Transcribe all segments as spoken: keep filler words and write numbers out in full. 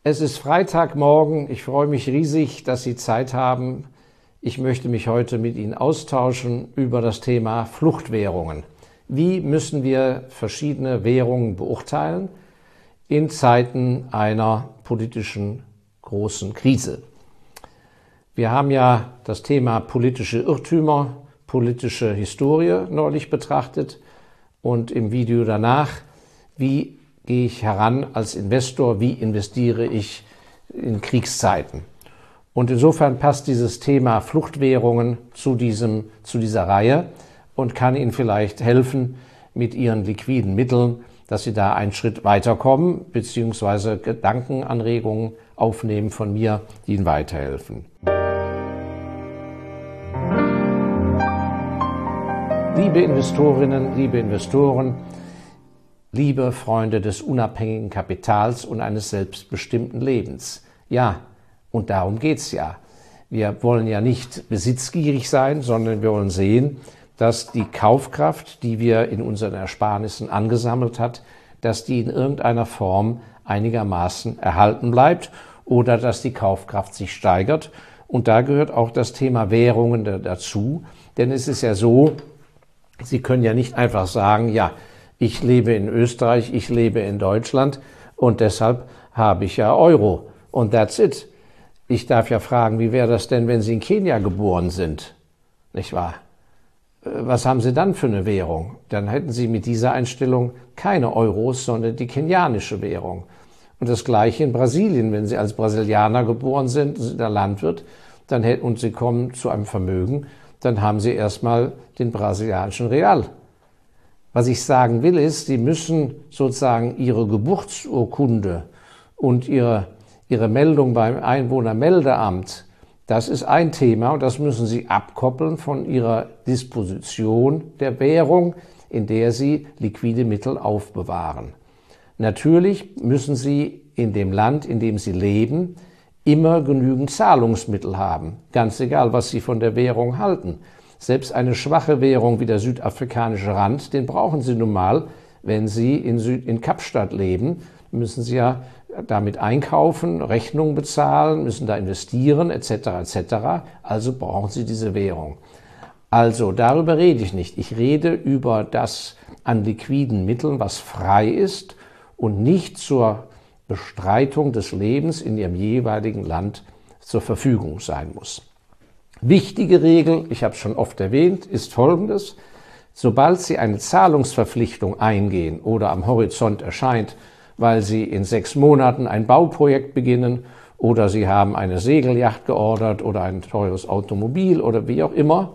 Es ist Freitagmorgen. Ich freue mich riesig, dass Sie Zeit haben. Ich möchte mich heute mit Ihnen austauschen über das Thema Fluchtwährungen. Wie müssen wir verschiedene Währungen beurteilen in Zeiten einer politischen großen Krise? Wir haben ja das Thema politische Irrtümer, politische Historie neulich betrachtet und im Video danach, wie gehe ich heran als Investor, wie investiere ich in Kriegszeiten. Und insofern passt dieses Thema Fluchtwährungen zu, diesem, zu dieser Reihe und kann Ihnen vielleicht helfen mit Ihren liquiden Mitteln, dass Sie da einen Schritt weiterkommen, beziehungsweise Gedankenanregungen aufnehmen von mir, die Ihnen weiterhelfen. Liebe Investorinnen, liebe Investoren, liebe Freunde des unabhängigen Kapitals und eines selbstbestimmten Lebens. Ja, und darum geht's ja. Wir wollen ja nicht besitzgierig sein, sondern wir wollen sehen, dass die Kaufkraft, die wir in unseren Ersparnissen angesammelt hat, dass die in irgendeiner Form einigermaßen erhalten bleibt oder dass die Kaufkraft sich steigert. Und da gehört auch das Thema Währungen dazu, denn es ist ja so, Sie können ja nicht einfach sagen, ja, ich lebe in Österreich, ich lebe in Deutschland und deshalb habe ich ja Euro und that's it. Ich darf ja fragen, wie wäre das denn, wenn Sie in Kenia geboren sind? Nicht wahr? Was haben Sie dann für eine Währung? Dann hätten Sie mit dieser Einstellung keine Euros, sondern die kenianische Währung. Und das Gleiche in Brasilien, wenn Sie als Brasilianer geboren sind, sind der Landwirt, dann hätten, und Sie kommen zu einem Vermögen, dann haben Sie erstmal den brasilianischen Real. Was ich sagen will, ist, Sie müssen sozusagen Ihre Geburtsurkunde und Ihre, Ihre Meldung beim Einwohnermeldeamt, das ist ein Thema und das müssen Sie abkoppeln von Ihrer Disposition der Währung, in der Sie liquide Mittel aufbewahren. Natürlich müssen Sie in dem Land, in dem Sie leben, immer genügend Zahlungsmittel haben, ganz egal, was Sie von der Währung halten. Selbst eine schwache Währung wie der südafrikanische Rand, den brauchen Sie nun mal, wenn Sie in, Süd in Kapstadt leben, müssen Sie ja damit einkaufen, Rechnungen bezahlen, müssen da investieren, et cetera et cetera. Also brauchen Sie diese Währung. Also darüber rede ich nicht. Ich rede über das an liquiden Mitteln, was frei ist und nicht zur Bestreitung des Lebens in Ihrem jeweiligen Land zur Verfügung sein muss. Wichtige Regel, ich habe es schon oft erwähnt, ist folgendes. Sobald Sie eine Zahlungsverpflichtung eingehen oder am Horizont erscheint, weil Sie in sechs Monaten ein Bauprojekt beginnen oder Sie haben eine Segelyacht geordert oder ein teures Automobil oder wie auch immer,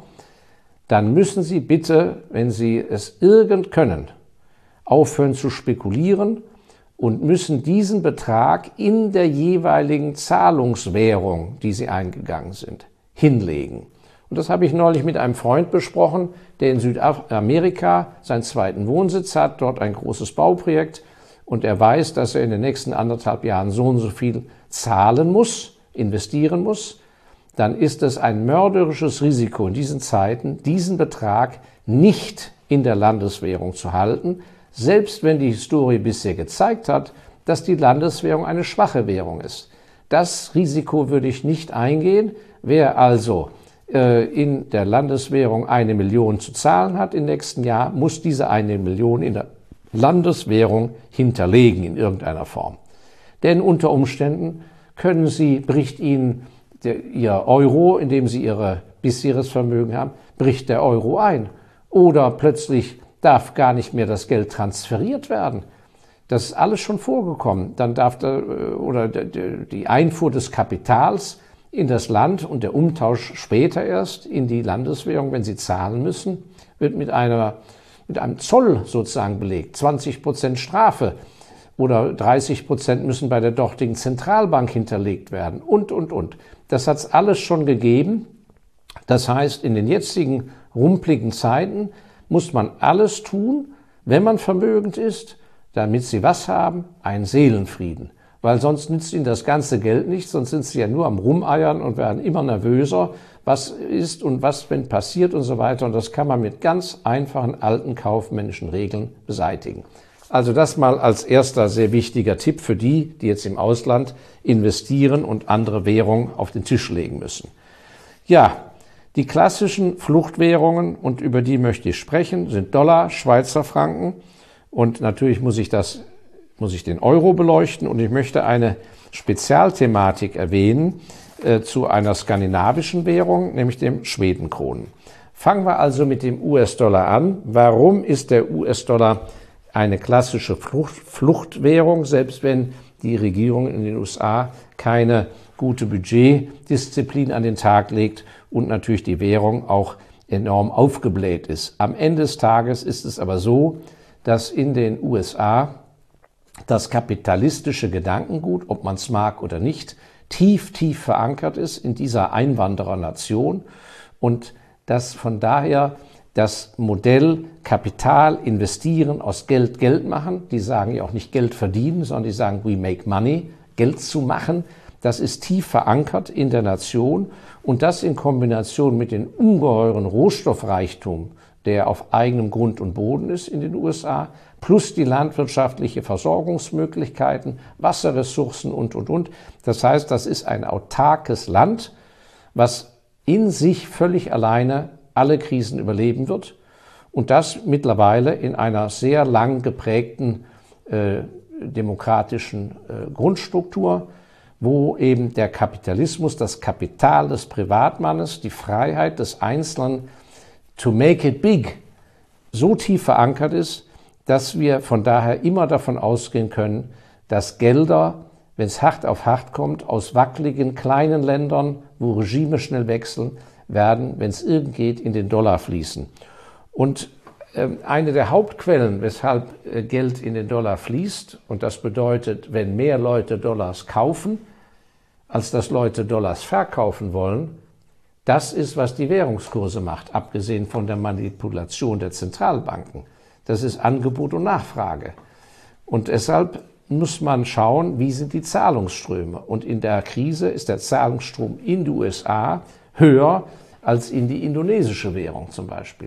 dann müssen Sie bitte, wenn Sie es irgend können, aufhören zu spekulieren und müssen diesen Betrag in der jeweiligen Zahlungswährung, die Sie eingegangen sind, hinlegen. Und das habe ich neulich mit einem Freund besprochen, der in Südamerika seinen zweiten Wohnsitz hat, dort ein großes Bauprojekt und er weiß, dass er in den nächsten anderthalb Jahren so und so viel zahlen muss, investieren muss, dann ist es ein mörderisches Risiko in diesen Zeiten, diesen Betrag nicht in der Landeswährung zu halten, selbst wenn die Historie bisher gezeigt hat, dass die Landeswährung eine schwache Währung ist. Das Risiko würde ich nicht eingehen. Wer also äh, in der Landeswährung eine Million zu zahlen hat im nächsten Jahr, muss diese eine Million in der Landeswährung hinterlegen in irgendeiner Form. Denn unter Umständen können Sie, bricht Ihnen der, Ihr Euro, in dem Sie Ihre bisheriges Vermögen haben, bricht der Euro ein. Oder plötzlich darf gar nicht mehr das Geld transferiert werden. Das ist alles schon vorgekommen. Dann darf der, oder die Einfuhr des Kapitals in das Land und der Umtausch später erst in die Landeswährung, wenn Sie zahlen müssen, wird mit einer, mit einem Zoll sozusagen belegt. zwanzig Prozent Strafe oder dreißig Prozent müssen bei der dortigen Zentralbank hinterlegt werden und, und, und. Das hat es alles schon gegeben. Das heißt, in den jetzigen rumpligen Zeiten muss man alles tun, wenn man vermögend ist, damit Sie was haben? Einen Seelenfrieden. Weil sonst nützt Ihnen das ganze Geld nichts, sonst sind Sie ja nur am Rumeiern und werden immer nervöser, was ist und was, wenn passiert und so weiter. Und das kann man mit ganz einfachen alten kaufmännischen Regeln beseitigen. Also das mal als erster sehr wichtiger Tipp für die, die jetzt im Ausland investieren und andere Währungen auf den Tisch legen müssen. Ja, die klassischen Fluchtwährungen, und über die möchte ich sprechen, sind Dollar, Schweizer Franken, und natürlich muss ich das, muss ich den Euro beleuchten, und ich möchte eine Spezialthematik erwähnen äh, zu einer skandinavischen Währung, nämlich dem Schwedenkronen. Fangen wir also mit dem U S-Dollar an. Warum ist der U S-Dollar eine klassische Flucht, Fluchtwährung, selbst wenn die Regierung in den U S A keine gute Budgetdisziplin an den Tag legt und natürlich die Währung auch enorm aufgebläht ist. Am Ende des Tages ist es aber so, dass in den U S A das kapitalistische Gedankengut, ob man es mag oder nicht, tief, tief verankert ist in dieser Einwanderernation, und dass von daher das Modell Kapital investieren, aus Geld Geld machen, die sagen ja auch nicht Geld verdienen, sondern die sagen we make money, Geld zu machen, das ist tief verankert in der Nation, und das in Kombination mit dem ungeheuren Rohstoffreichtum, der auf eigenem Grund und Boden ist in den U S A, plus die landwirtschaftliche Versorgungsmöglichkeiten, Wasserressourcen und, und, und. Das heißt, das ist ein autarkes Land, was in sich völlig alleine alle Krisen überleben wird, und das mittlerweile in einer sehr lang geprägten äh, demokratischen äh, Grundstruktur, wo eben der Kapitalismus, das Kapital des Privatmannes, die Freiheit des Einzelnen to make it big so tief verankert ist, dass wir von daher immer davon ausgehen können, dass Gelder, wenn es hart auf hart kommt, aus wackeligen kleinen Ländern, wo Regime schnell wechseln, werden, wenn es irgend geht, in den Dollar fließen. Und äh, eine der Hauptquellen, weshalb äh, Geld in den Dollar fließt, und das bedeutet, wenn mehr Leute Dollars kaufen, als dass Leute Dollars verkaufen wollen, das ist, was die Währungskurse macht, abgesehen von der Manipulation der Zentralbanken. Das ist Angebot und Nachfrage. Und deshalb muss man schauen, wie sind die Zahlungsströme. Und in der Krise ist der Zahlungsstrom in die U S A höher als in die indonesische Währung zum Beispiel.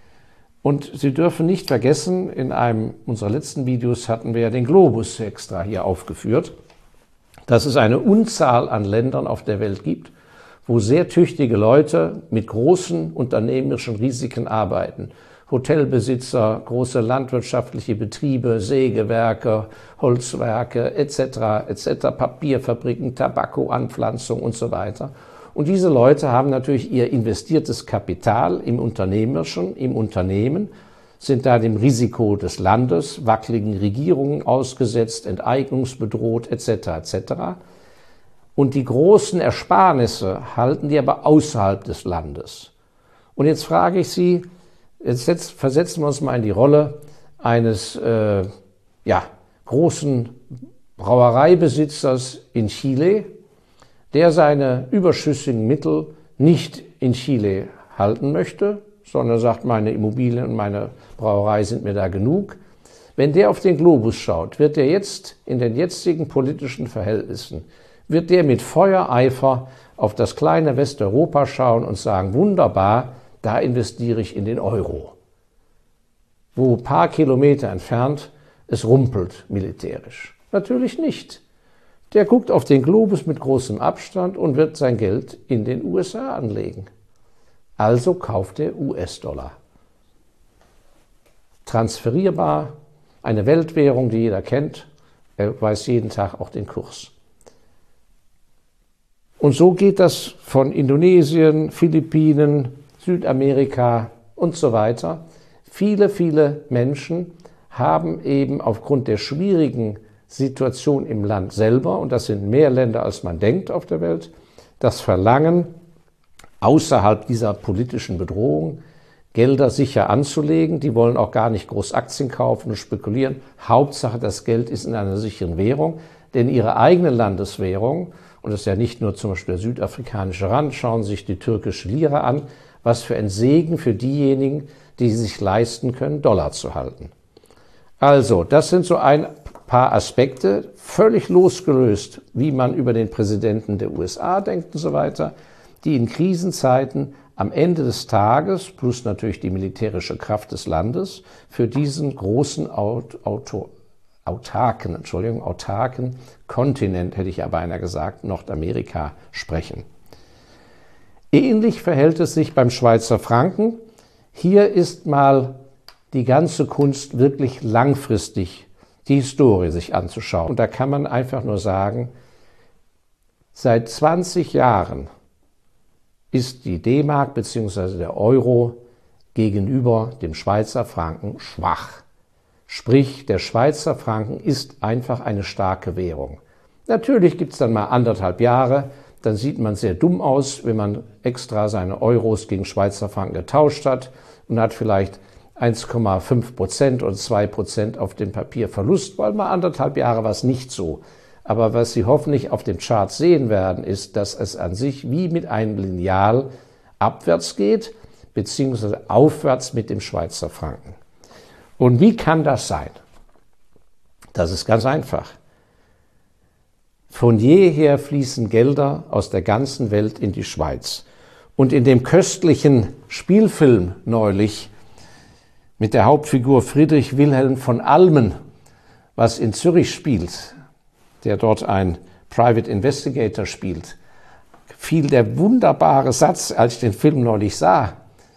Und Sie dürfen nicht vergessen, in einem unserer letzten Videos hatten wir ja den Globus extra hier aufgeführt, dass es eine Unzahl an Ländern auf der Welt gibt, wo sehr tüchtige Leute mit großen unternehmerischen Risiken arbeiten. Hotelbesitzer, große landwirtschaftliche Betriebe, Sägewerke, Holzwerke et cetera et cetera, Papierfabriken, Tabakoanpflanzung und so weiter. Und diese Leute haben natürlich ihr investiertes Kapital im Unternehmerischen, im Unternehmen, sind da dem Risiko des Landes, wackeligen Regierungen ausgesetzt, enteignungsbedroht et cetera et cetera. Und die großen Ersparnisse halten die aber außerhalb des Landes. Und jetzt frage ich Sie, jetzt versetzen wir uns mal in die Rolle eines äh, ja, großen Brauereibesitzers in Chile, der seine überschüssigen Mittel nicht in Chile halten möchte, sondern sagt, meine Immobilien und meine Brauerei sind mir da genug. Wenn der auf den Globus schaut, wird der jetzt in den jetzigen politischen Verhältnissen, wird der mit Feuereifer auf das kleine Westeuropa schauen und sagen, wunderbar, da investiere ich in den Euro. Wo ein paar Kilometer entfernt es rumpelt militärisch. Natürlich nicht. Der guckt auf den Globus mit großem Abstand und wird sein Geld in den U S A anlegen. Also kauft er U S-Dollar. Transferierbar, eine Weltwährung, die jeder kennt. Er weiß jeden Tag auch den Kurs. Und so geht das von Indonesien, Philippinen, Südamerika und so weiter. Viele, viele Menschen haben eben aufgrund der schwierigen Situation im Land selber, und das sind mehr Länder, als man denkt auf der Welt, das Verlangen, außerhalb dieser politischen Bedrohung Gelder sicher anzulegen. Die wollen auch gar nicht groß Aktien kaufen und spekulieren. Hauptsache, das Geld ist in einer sicheren Währung, denn ihre eigene Landeswährung, und das ist ja nicht nur zum Beispiel der südafrikanische Rand, schauen Sie sich die türkische Lira an, was für ein Segen für diejenigen, die sich leisten können, Dollar zu halten. Also, das sind so ein paar Aspekte, völlig losgelöst, wie man über den Präsidenten der U S A denkt und so weiter, die in Krisenzeiten am Ende des Tages, plus natürlich die militärische Kraft des Landes, für diesen großen Aut Auto autarken, Entschuldigung, autarken Kontinent, hätte ich ja beinahe gesagt, Nordamerika sprechen. Ähnlich verhält es sich beim Schweizer Franken. Hier ist mal die ganze Kunst, wirklich langfristig die Historie sich anzuschauen. Und da kann man einfach nur sagen, seit zwanzig Jahren ist die D-Mark bzw. der Euro gegenüber dem Schweizer Franken schwach. Sprich, der Schweizer Franken ist einfach eine starke Währung. Natürlich gibt es dann mal anderthalb Jahre, dann sieht man sehr dumm aus, wenn man extra seine Euros gegen Schweizer Franken getauscht hat und hat vielleicht eins Komma fünf Prozent oder zwei Prozent auf dem Papier Verlust, weil mal anderthalb Jahre war es nicht so. Aber was Sie hoffentlich auf dem Chart sehen werden, ist, dass es an sich wie mit einem Lineal abwärts geht, beziehungsweise aufwärts mit dem Schweizer Franken. Und wie kann das sein? Das ist ganz einfach. Von jeher fließen Gelder aus der ganzen Welt in die Schweiz. Und in dem köstlichen Spielfilm neulich mit der Hauptfigur Friedrich Wilhelm von Almen, was in Zürich spielt, der dort ein Private Investigator spielt, fiel der wunderbare Satz, als ich den Film neulich sah.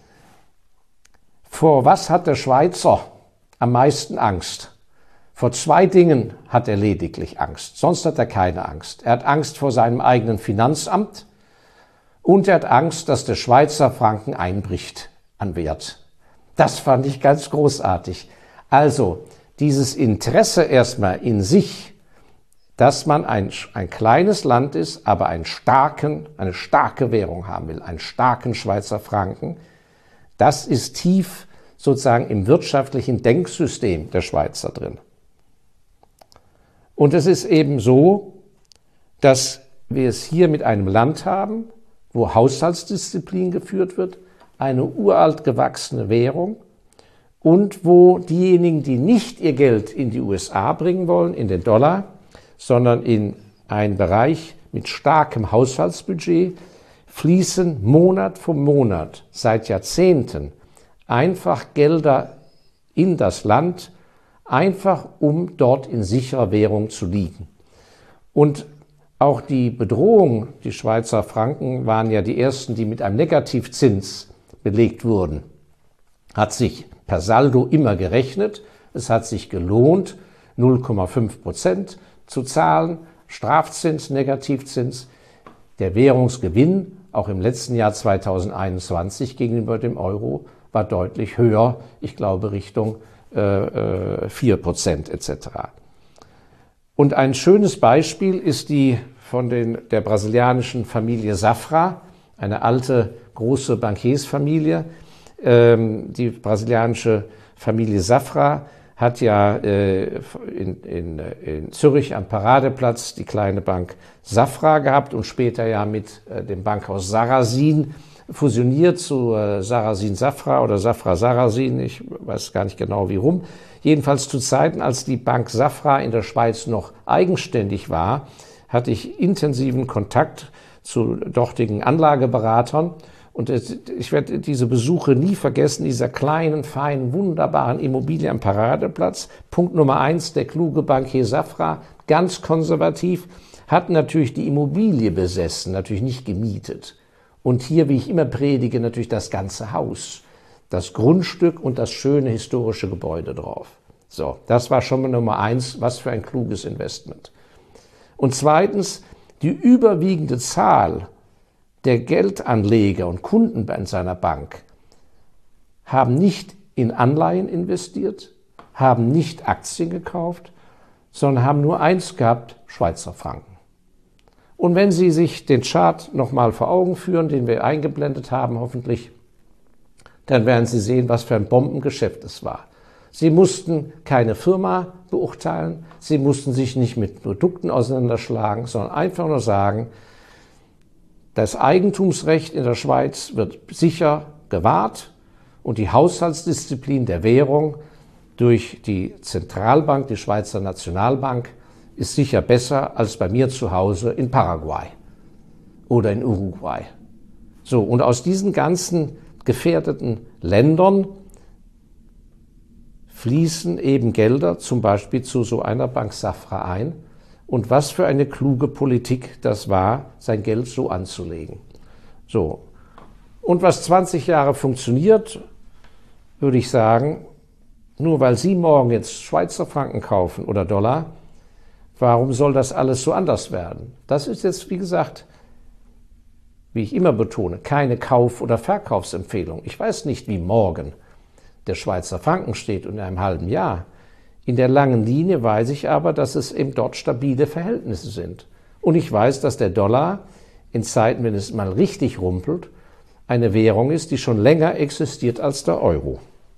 Vor was hat der Schweizer am meisten Angst? Vor zwei Dingen hat er lediglich Angst, sonst hat er keine Angst. Er hat Angst vor seinem eigenen Finanzamt und er hat Angst, dass der Schweizer Franken einbricht an Wert. Das fand ich ganz großartig. Also dieses Interesse erstmal in sich, dass man ein, ein kleines Land ist, aber einen starken, eine starke Währung haben will, einen starken Schweizer Franken, das ist tief sozusagen im wirtschaftlichen Denksystem der Schweizer drin. Und es ist eben so, dass wir es hier mit einem Land haben, wo Haushaltsdisziplin geführt wird, eine uralt gewachsene Währung und wo diejenigen, die nicht ihr Geld in die U S A bringen wollen, in den Dollar, sondern in einen Bereich mit starkem Haushaltsbudget, fließen Monat für Monat seit Jahrzehnten einfach Gelder in das Land, einfach um dort in sicherer Währung zu liegen. Und auch die Bedrohung, die Schweizer Franken waren ja die ersten, die mit einem Negativzins belegt wurden, hat sich per Saldo immer gerechnet. Es hat sich gelohnt, null Komma fünf Prozent zu zahlen, Strafzins, Negativzins. Der Währungsgewinn, auch im letzten Jahr zweitausendeinundzwanzig gegenüber dem Euro, war deutlich höher, ich glaube Richtung äh, vier Prozent et cetera. Und ein schönes Beispiel ist die von den, der brasilianischen Familie Safra, eine alte, große Bankiersfamilie. Ähm, die brasilianische Familie Safra hat ja äh, in, in, in Zürich am Paradeplatz die kleine Bank Safra gehabt und später ja mit äh, dem Bankhaus Sarasin fusioniert zu äh, Sarasin Safra oder Safra Sarasin, ich weiß gar nicht genau wie rum. Jedenfalls zu Zeiten, als die Bank Safra in der Schweiz noch eigenständig war, hatte ich intensiven Kontakt zu dortigen Anlageberatern. Und ich werde diese Besuche nie vergessen, dieser kleinen, feinen, wunderbaren Immobilie am Paradeplatz. Punkt Nummer eins, der kluge Bankier Safra, ganz konservativ, hat natürlich die Immobilie besessen, natürlich nicht gemietet. Und hier, wie ich immer predige, natürlich das ganze Haus, das Grundstück und das schöne historische Gebäude drauf. So, das war schon mal Nummer eins, was für ein kluges Investment. Und zweitens, die überwiegende Zahl der Geldanleger und Kunden bei seiner Bank haben nicht in Anleihen investiert, haben nicht Aktien gekauft, sondern haben nur eins gehabt, Schweizer Franken. Und wenn Sie sich den Chart nochmal vor Augen führen, den wir eingeblendet haben hoffentlich, dann werden Sie sehen, was für ein Bombengeschäft es war. Sie mussten keine Firma beurteilen, Sie mussten sich nicht mit Produkten auseinanderschlagen, sondern einfach nur sagen, das Eigentumsrecht in der Schweiz wird sicher gewahrt und die Haushaltsdisziplin der Währung durch die Zentralbank, die Schweizer Nationalbank, ist sicher besser als bei mir zu Hause in Paraguay oder in Uruguay. So, und aus diesen ganzen gefährdeten Ländern fließen eben Gelder zum Beispiel zu so einer Bank Safra ein. Und was für eine kluge Politik das war, sein Geld so anzulegen. So. Und was zwanzig Jahre funktioniert, würde ich sagen, nur weil Sie morgen jetzt Schweizer Franken kaufen oder Dollar, warum soll das alles so anders werden? Das ist jetzt, wie gesagt, wie ich immer betone, keine Kauf- oder Verkaufsempfehlung. Ich weiß nicht, wie morgen der Schweizer Franken steht und in einem halben Jahr. In der langen Linie weiß ich aber, dass es eben dort stabile Verhältnisse sind. Und ich weiß, dass der Dollar in Zeiten, wenn es mal richtig rumpelt, eine Währung ist, die schon länger existiert als der Euro.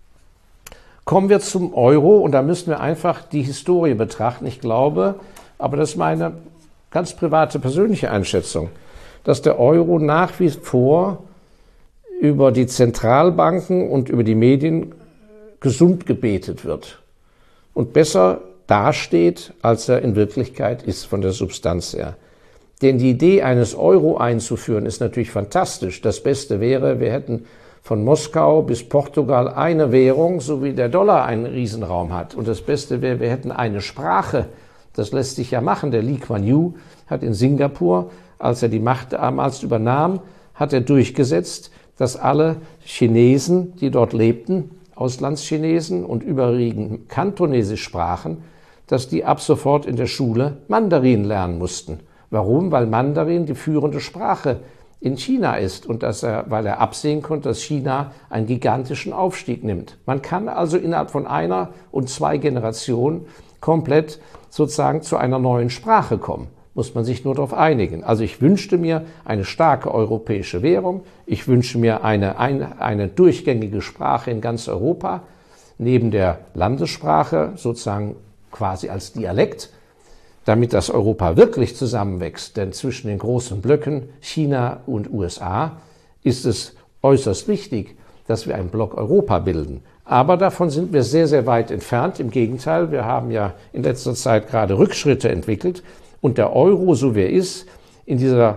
Kommen wir zum Euro und da müssen wir einfach die Historie betrachten. Ich glaube, aber das ist meine ganz private persönliche Einschätzung, dass der Euro nach wie vor über die Zentralbanken und über die Medien gesund gebetet wird und besser dasteht, als er in Wirklichkeit ist von der Substanz her. Denn die Idee eines Euro einzuführen ist natürlich fantastisch. Das Beste wäre, wir hätten von Moskau bis Portugal eine Währung, so wie der Dollar einen Riesenraum hat. Und das Beste wäre, wir hätten eine Sprache. Das lässt sich ja machen. Der Lee Kuan Yew hat in Singapur, als er die Macht damals übernahm, hat er durchgesetzt, dass alle Chinesen, die dort lebten, Auslandschinesen und überwiegend Kantonesisch sprachen, dass die ab sofort in der Schule Mandarin lernen mussten. Warum? Weil Mandarin die führende Sprache in China ist und dass er, weil er absehen konnte, dass China einen gigantischen Aufstieg nimmt. Man kann also innerhalb von einer und zwei Generationen komplett sozusagen zu einer neuen Sprache kommen. Muss man sich nur darauf einigen. Also ich wünschte mir eine starke europäische Währung. Ich wünsche mir eine, eine, eine durchgängige Sprache in ganz Europa, neben der Landessprache sozusagen quasi als Dialekt, damit das Europa wirklich zusammenwächst. Denn zwischen den großen Blöcken China und U S A ist es äußerst wichtig, dass wir einen Block Europa bilden. Aber davon sind wir sehr, sehr weit entfernt. Im Gegenteil, wir haben ja in letzter Zeit gerade Rückschritte entwickelt. Und der Euro, so wie er ist, in dieser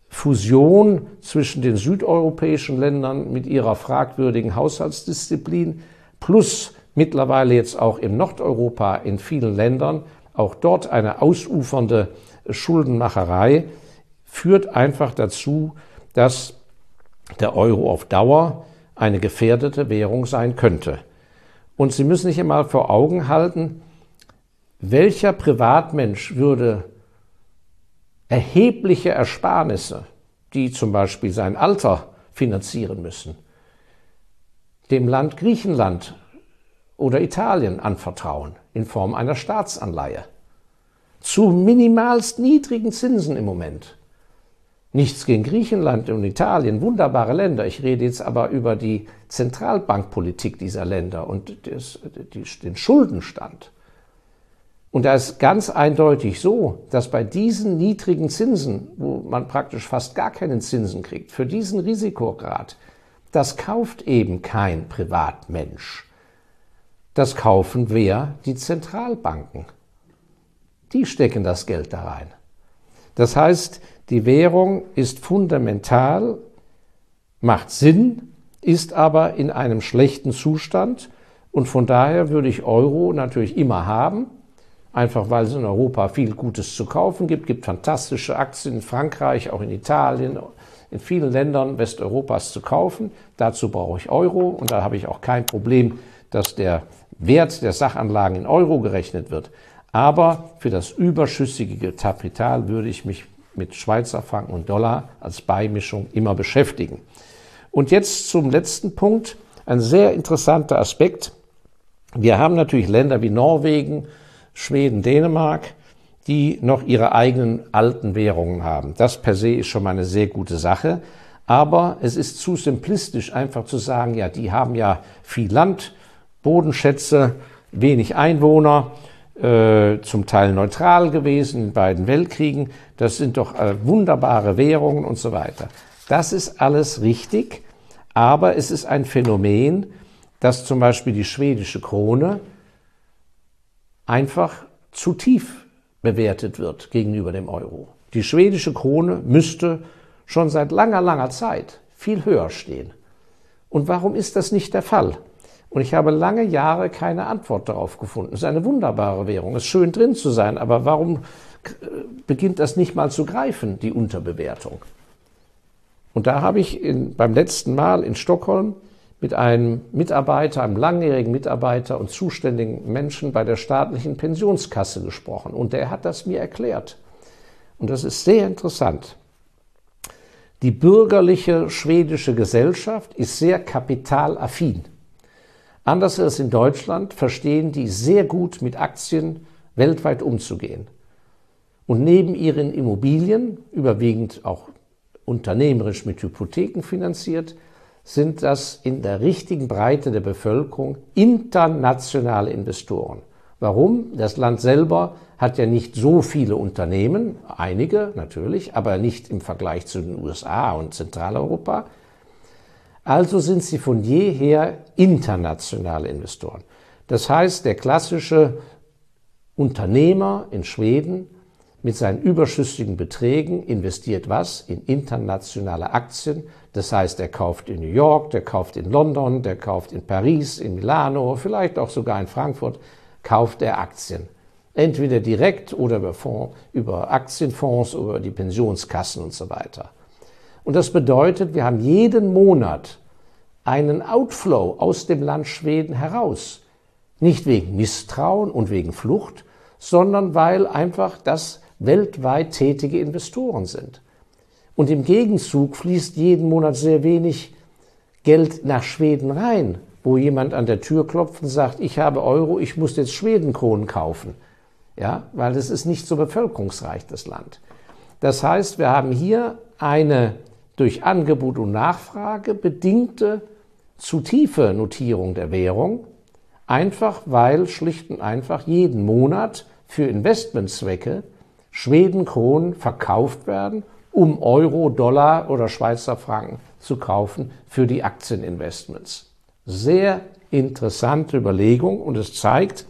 Fusion zwischen den südeuropäischen Ländern mit ihrer fragwürdigen Haushaltsdisziplin plus mittlerweile jetzt auch im Nordeuropa in vielen Ländern, auch dort eine ausufernde Schuldenmacherei, führt einfach dazu, dass der Euro auf Dauer eine gefährdete Währung sein könnte. Und Sie müssen sich einmal vor Augen halten, welcher Privatmensch würde erhebliche Ersparnisse, die zum Beispiel sein Alter finanzieren müssen, dem Land Griechenland oder Italien anvertrauen in Form einer Staatsanleihe. Zu minimalst niedrigen Zinsen im Moment. Nichts gegen Griechenland und Italien, wunderbare Länder. Ich rede jetzt aber über die Zentralbankpolitik dieser Länder und des, die, den Schuldenstand. Und da ist ganz eindeutig so, dass bei diesen niedrigen Zinsen, wo man praktisch fast gar keinen Zinsen kriegt, für diesen Risikograd, das kauft eben kein Privatmensch. Das kaufen wer? Die Zentralbanken. Die stecken das Geld da rein. Das heißt, die Währung ist fundamental, macht Sinn, ist aber in einem schlechten Zustand und von daher würde ich Euro natürlich immer haben, einfach weil es in Europa viel Gutes zu kaufen gibt, gibt fantastische Aktien in Frankreich, auch in Italien, in vielen Ländern Westeuropas zu kaufen. Dazu brauche ich Euro und da habe ich auch kein Problem, dass der Wert der Sachanlagen in Euro gerechnet wird. Aber für das überschüssige Kapital würde ich mich mit Schweizer Franken und Dollar als Beimischung immer beschäftigen. Und jetzt zum letzten Punkt, ein sehr interessanter Aspekt. Wir haben natürlich Länder wie Norwegen, Schweden, Dänemark, die noch ihre eigenen alten Währungen haben. Das per se ist schon mal eine sehr gute Sache. Aber es ist zu simplistisch, einfach zu sagen, ja, die haben ja viel Land, Bodenschätze, wenig Einwohner, äh, zum Teil neutral gewesen in beiden Weltkriegen. Das sind doch äh, wunderbare Währungen und so weiter. Das ist alles richtig, aber es ist ein Phänomen, dass zum Beispiel die schwedische Krone einfach zu tief bewertet wird gegenüber dem Euro. Die schwedische Krone müsste schon seit langer, langer Zeit viel höher stehen. Und warum ist das nicht der Fall? Und ich habe lange Jahre keine Antwort darauf gefunden. Es ist eine wunderbare Währung, es ist schön drin zu sein, aber warum beginnt das nicht mal zu greifen, die Unterbewertung? Und da habe ich in, beim letzten Mal in Stockholm mit einem Mitarbeiter, einem langjährigen Mitarbeiter und zuständigen Menschen bei der staatlichen Pensionskasse gesprochen. Und der hat das mir erklärt. Und das ist sehr interessant. Die bürgerliche schwedische Gesellschaft ist sehr kapitalaffin. Anders als in Deutschland verstehen die sehr gut mit Aktien weltweit umzugehen. Und neben ihren Immobilien, überwiegend auch unternehmerisch mit Hypotheken finanziert, sind das in der richtigen Breite der Bevölkerung internationale Investoren. Warum? Das Land selber hat ja nicht so viele Unternehmen, einige natürlich, aber nicht im Vergleich zu den U S A und Zentraleuropa. Also sind sie von jeher internationale Investoren. Das heißt, der klassische Unternehmer in Schweden mit seinen überschüssigen Beträgen investiert was? In internationale Aktien. Das heißt, er kauft in New York, der kauft in London, der kauft in Paris, in Milano, vielleicht auch sogar in Frankfurt, kauft er Aktien. Entweder direkt oder über, Fonds, über Aktienfonds, über die Pensionskassen und so weiter. Und das bedeutet, wir haben jeden Monat einen Outflow aus dem Land Schweden heraus. Nicht wegen Misstrauen und wegen Flucht, sondern weil einfach das weltweit tätige Investoren sind. Und im Gegenzug fließt jeden Monat sehr wenig Geld nach Schweden rein, wo jemand an der Tür klopft und sagt, ich habe Euro, ich muss jetzt Schwedenkronen kaufen. Ja, weil das ist nicht so bevölkerungsreich, das Land. Das heißt, wir haben hier eine durch Angebot und Nachfrage bedingte zu tiefe Notierung der Währung, einfach weil schlicht und einfach jeden Monat für Investmentzwecke Schwedenkronen verkauft werden, um Euro, Dollar oder Schweizer Franken zu kaufen für die Aktieninvestments. Sehr interessante Überlegung und es zeigt,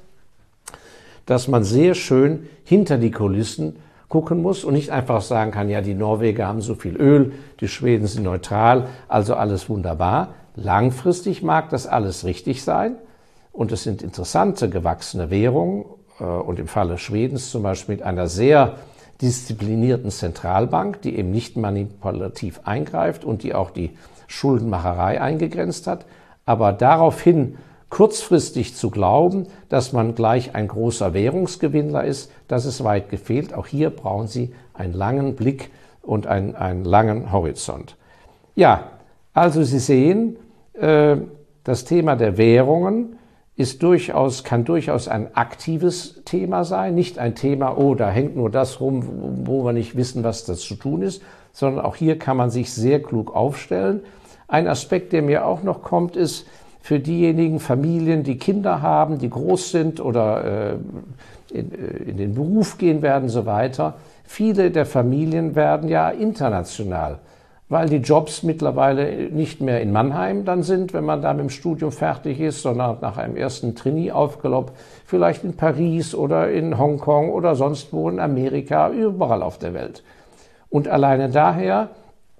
dass man sehr schön hinter die Kulissen gucken muss und nicht einfach sagen kann, ja, die Norweger haben so viel Öl, die Schweden sind neutral, also alles wunderbar. Langfristig mag das alles richtig sein und es sind interessante gewachsene Währungen und im Falle Schwedens zum Beispiel mit einer sehr disziplinierten Zentralbank, die eben nicht manipulativ eingreift und die auch die Schuldenmacherei eingegrenzt hat. Aber daraufhin kurzfristig zu glauben, dass man gleich ein großer Währungsgewinnler ist, das ist weit gefehlt. Auch hier brauchen Sie einen langen Blick und einen, einen langen Horizont. Ja, also Sie sehen, äh, das Thema der Währungen ist durchaus, kann durchaus ein aktives Thema sein, nicht ein Thema, oh, da hängt nur das rum, wo wir nicht wissen, was das zu tun ist, sondern auch hier kann man sich sehr klug aufstellen. Ein Aspekt, der mir auch noch kommt, ist für diejenigen Familien, die Kinder haben, die groß sind oder äh, in, in den Beruf gehen werden und so weiter. Viele der Familien werden ja international, weil die Jobs mittlerweile nicht mehr in Mannheim dann sind, wenn man da mit dem Studium fertig ist, sondern nach einem ersten Trainee-Aufgalopp vielleicht in Paris oder in Hongkong oder sonst wo in Amerika, überall auf der Welt. Und alleine daher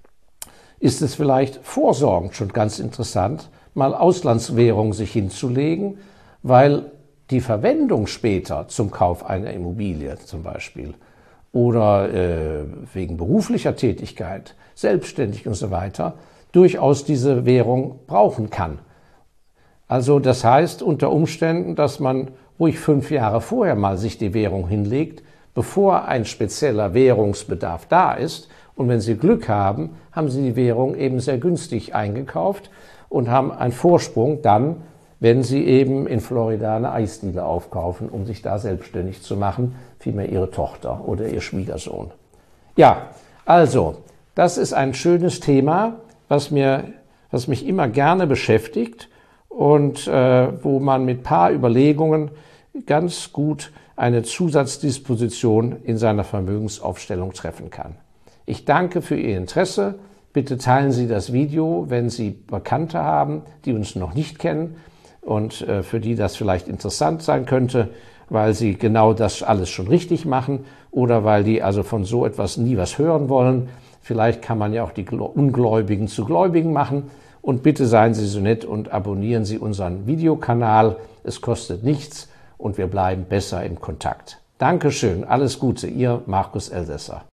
ist es vielleicht vorsorgend schon ganz interessant, mal Auslandswährung sich hinzulegen, weil die Verwendung später zum Kauf einer Immobilie zum Beispiel oder äh, wegen beruflicher Tätigkeit, selbstständig und so weiter, durchaus diese Währung brauchen kann. Also das heißt unter Umständen, dass man ruhig fünf Jahre vorher mal sich die Währung hinlegt, bevor ein spezieller Währungsbedarf da ist. Und wenn Sie Glück haben, haben Sie die Währung eben sehr günstig eingekauft und haben einen Vorsprung dann, wenn Sie eben in Florida eine Eisdiele aufkaufen, um sich da selbstständig zu machen, vielmehr Ihre Tochter oder Ihr Schwiegersohn. Ja, also, das ist ein schönes Thema, was, mir, was mich immer gerne beschäftigt und äh, wo man mit ein paar Überlegungen ganz gut eine Zusatzdisposition in seiner Vermögensaufstellung treffen kann. Ich danke für Ihr Interesse. Bitte teilen Sie das Video, wenn Sie Bekannte haben, die uns noch nicht kennen und äh, für die das vielleicht interessant sein könnte, weil sie genau das alles schon richtig machen oder weil die also von so etwas nie was hören wollen. Vielleicht kann man ja auch die Ungläubigen zu Gläubigen machen. Und bitte seien Sie so nett und abonnieren Sie unseren Videokanal. Es kostet nichts und wir bleiben besser in Kontakt. Dankeschön, alles Gute, Ihr Markus Elsässer.